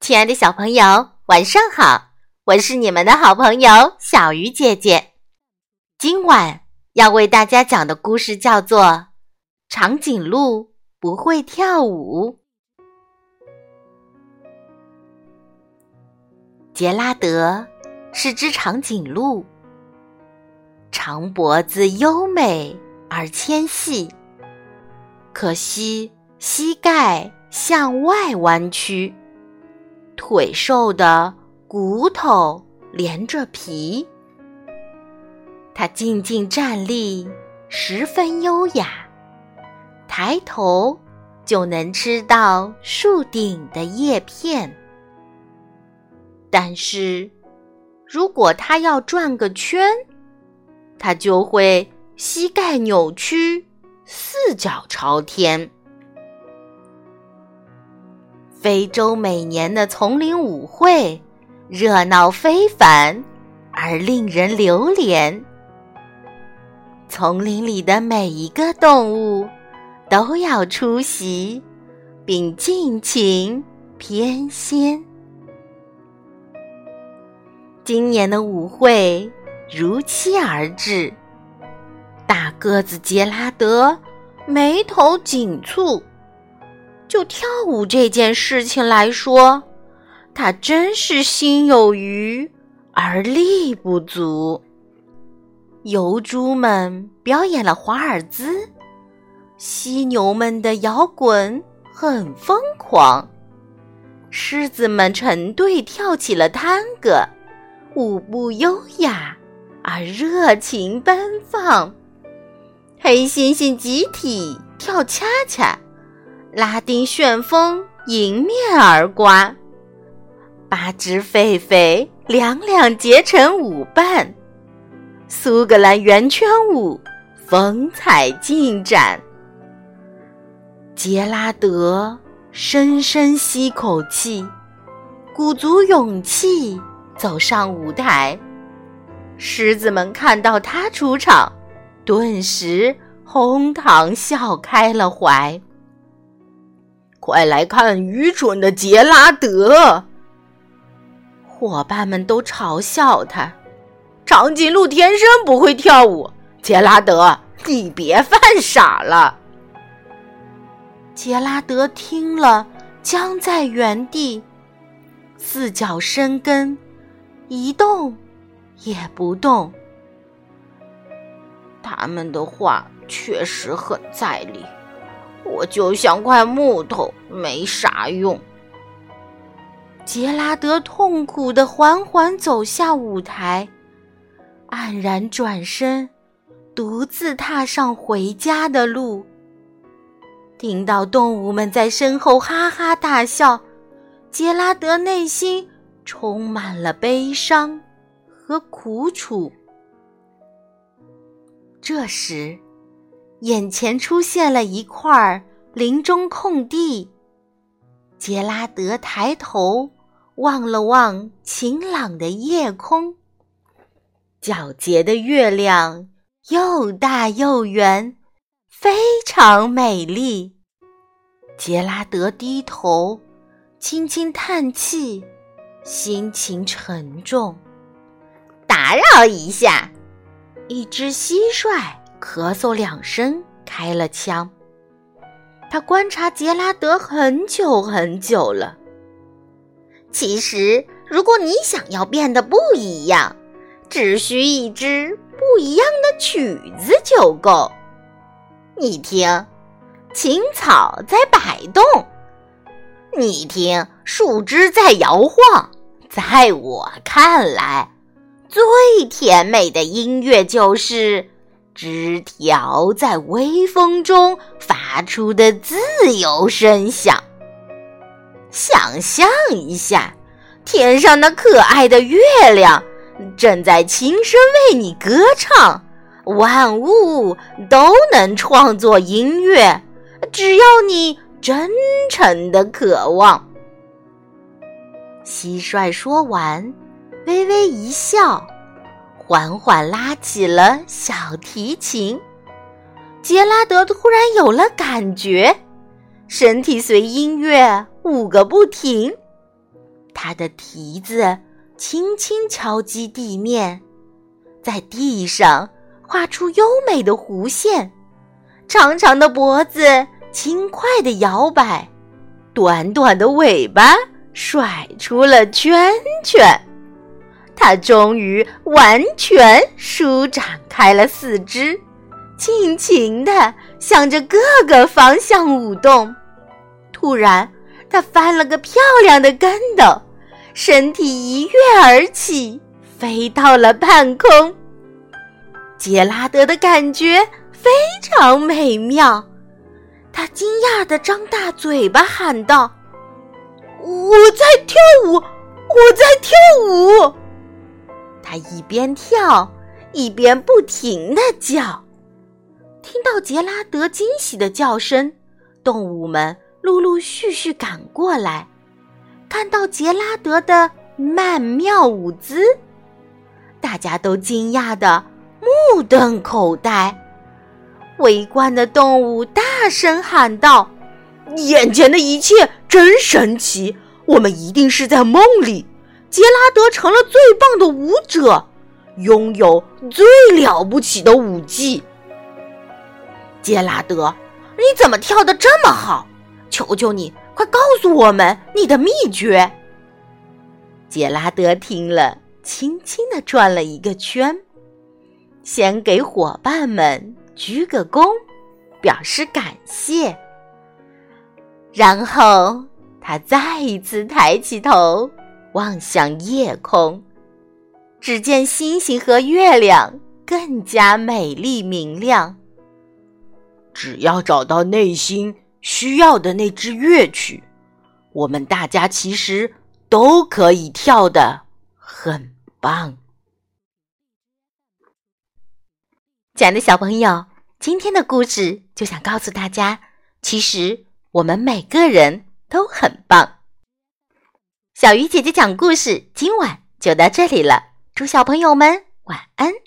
亲爱的小朋友，晚上好，我是你们的好朋友小鱼姐姐。今晚要为大家讲的故事叫做《长颈鹿不会跳舞》。杰拉德是只长颈鹿，长脖子优美而纤细，可惜膝盖向外弯曲，腿瘦的骨头连着皮。它静静站立，十分优雅，抬头就能吃到树顶的叶片。但是如果它要转个圈，它就会膝盖扭曲，四脚朝天。非洲每年的丛林舞会热闹非凡而令人流连，丛林里的每一个动物都要出席并尽情翩跹。今年的舞会如期而至，大个子杰拉德眉头紧蹙，就跳舞这件事情来说，他真是心有余而力不足。疣猪们表演了华尔兹，犀牛们的摇滚很疯狂，狮子们成队跳起了探戈，舞步优雅而热情奔放。黑猩猩集体跳恰恰，拉丁旋风迎面而刮，八只狒狒两两结成舞伴，苏格兰圆圈舞风采尽展。杰拉德深深吸口气，鼓足勇气走上舞台。狮子们看到他出场，顿时哄堂笑开了怀。快来看愚蠢的杰拉德！伙伴们都嘲笑他，长颈鹿天生不会跳舞，杰拉德，你别犯傻了。杰拉德听了，僵在原地，四脚生根，一动也不动。他们的话确实很在理，我就像块木头，没啥用。杰拉德痛苦地缓缓走下舞台，黯然转身，独自踏上回家的路。听到动物们在身后哈哈大笑，杰拉德内心充满了悲伤和苦楚。这时，眼前出现了一块林中空地，杰拉德抬头望了望晴朗的夜空，皎洁的月亮又大又圆，非常美丽。杰拉德低头轻轻叹气，心情沉重。打扰一下，一只蟋蟀咳嗽两声开了枪。他观察杰拉德很久很久了。其实如果你想要变得不一样，只需一支不一样的曲子就够。你听，青草在摆动，你听，树枝在摇晃。在我看来，最甜美的音乐就是枝条在微风中发出的自由声响。想象一下，天上那可爱的月亮正在轻声为你歌唱，万物都能创作音乐，只要你真诚的渴望。蟋蟀说完，微微一笑，缓缓拉起了小提琴。杰拉德突然有了感觉，身体随音乐舞个不停。 他的蹄子轻轻敲击地面，在地上画出优美的弧线，长长的脖子轻快地摇摆，短短的尾巴甩出了圈圈。它终于完全舒展开了四肢，尽情地向着各个方向舞动。突然，它翻了个漂亮的跟斗，身体一跃而起，飞到了半空。杰拉德的感觉非常美妙，他惊讶地张大嘴巴喊道：“我在跳舞，我在跳舞！”他一边跳，一边不停地叫。听到杰拉德惊喜的叫声，动物们陆陆续续赶过来，看到杰拉德的曼妙舞姿，大家都惊讶得目瞪口呆。围观的动物大声喊道：“眼前的一切真神奇，我们一定是在梦里。杰拉德成了最棒的舞者，拥有最了不起的舞技。杰拉德，你怎么跳得这么好？求求你，快告诉我们你的秘诀。”杰拉德听了，轻轻地转了一个圈，先给伙伴们鞠个躬，表示感谢。然后他再一次抬起头，望向夜空，只见星星和月亮更加美丽明亮。只要找到内心需要的那支乐曲，我们大家其实都可以跳得很棒。亲爱的小朋友，今天的故事就想告诉大家，其实我们每个人都很棒。小鱼姐姐讲故事，今晚就到这里了，祝小朋友们晚安。